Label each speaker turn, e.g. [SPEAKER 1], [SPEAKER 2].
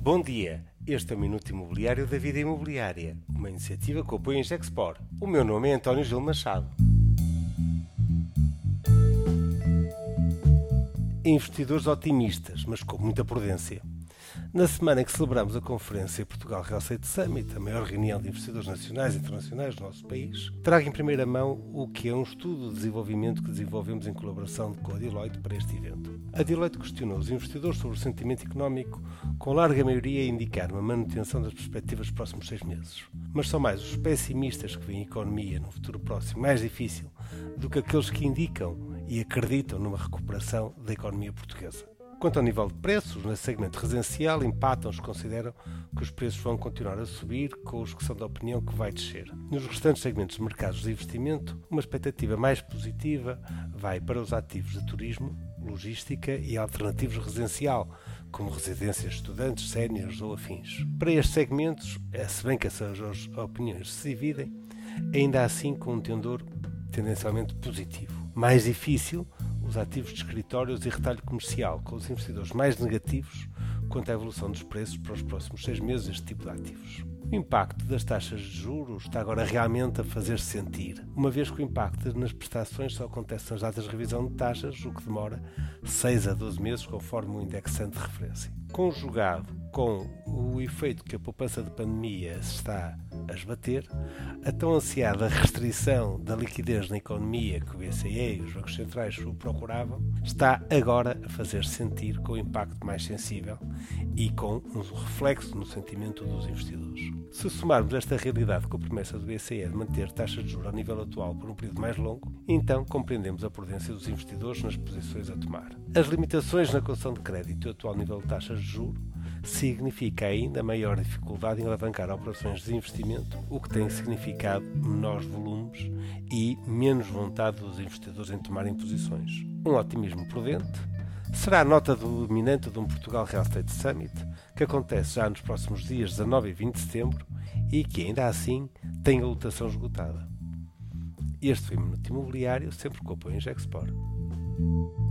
[SPEAKER 1] Bom dia, este é o Minuto Imobiliário da Vida Imobiliária, uma iniciativa que apoia a Gexpor. O meu nome é António Gil Machado. Investidores otimistas, mas com muita prudência. Na semana em que celebramos a conferência Portugal Real Estate Summit, a maior reunião de investidores nacionais e internacionais do nosso país, trago em primeira mão o que é um estudo de desenvolvimento que desenvolvemos em colaboração com a Deloitte para este evento. A Deloitte questionou os investidores sobre o sentimento económico, com larga maioria a indicar uma manutenção das perspectivas dos próximos 6 meses. Mas são mais os pessimistas que veem a economia no futuro próximo mais difícil do que aqueles que indicam e acreditam numa recuperação da economia portuguesa. Quanto ao nível de preços, no segmento residencial, empatam os que consideram que os preços vão continuar a subir com os que são da opinião que vai descer. Nos restantes segmentos de mercados de investimento, uma expectativa mais positiva vai para os ativos de turismo, logística e alternativos residencial, como residências de estudantes, séniores ou afins. Para estes segmentos, se bem que essas opiniões se dividem, ainda assim com um tendor tendencialmente positivo. Mais difícil, os ativos de escritórios e retalho comercial, com os investidores mais negativos quanto à evolução dos preços para os próximos 6 meses deste tipo de ativos. O impacto das taxas de juros está agora realmente a fazer-se sentir, uma vez que o impacto nas prestações só acontece nas datas de revisão de taxas, o que demora 6 a 12 meses, conforme o indexante de referência. Conjugado com o efeito que a poupança de pandemia se está a esbater, a tão ansiada restrição da liquidez na economia que o BCE e os bancos centrais procuravam, está agora a fazer-se sentir com o impacto mais sensível e com um reflexo no sentimento dos investidores. Se somarmos esta realidade com a promessa do BCE de manter taxas de juros ao nível atual por um período mais longo, então compreendemos a prudência dos investidores nas posições a tomar. As limitações na concessão de crédito e o atual nível de taxas de juros significa ainda maior dificuldade em alavancar operações de investimento, o que tem significado menores volumes e menos vontade dos investidores em tomarem posições. Um otimismo prudente será a nota dominante de um Portugal Real Estate Summit, que acontece já nos próximos dias 19 e 20 de setembro e que ainda assim tem a lotação esgotada. Este foi o Minuto Imobiliário, sempre com apoio em Gexpor.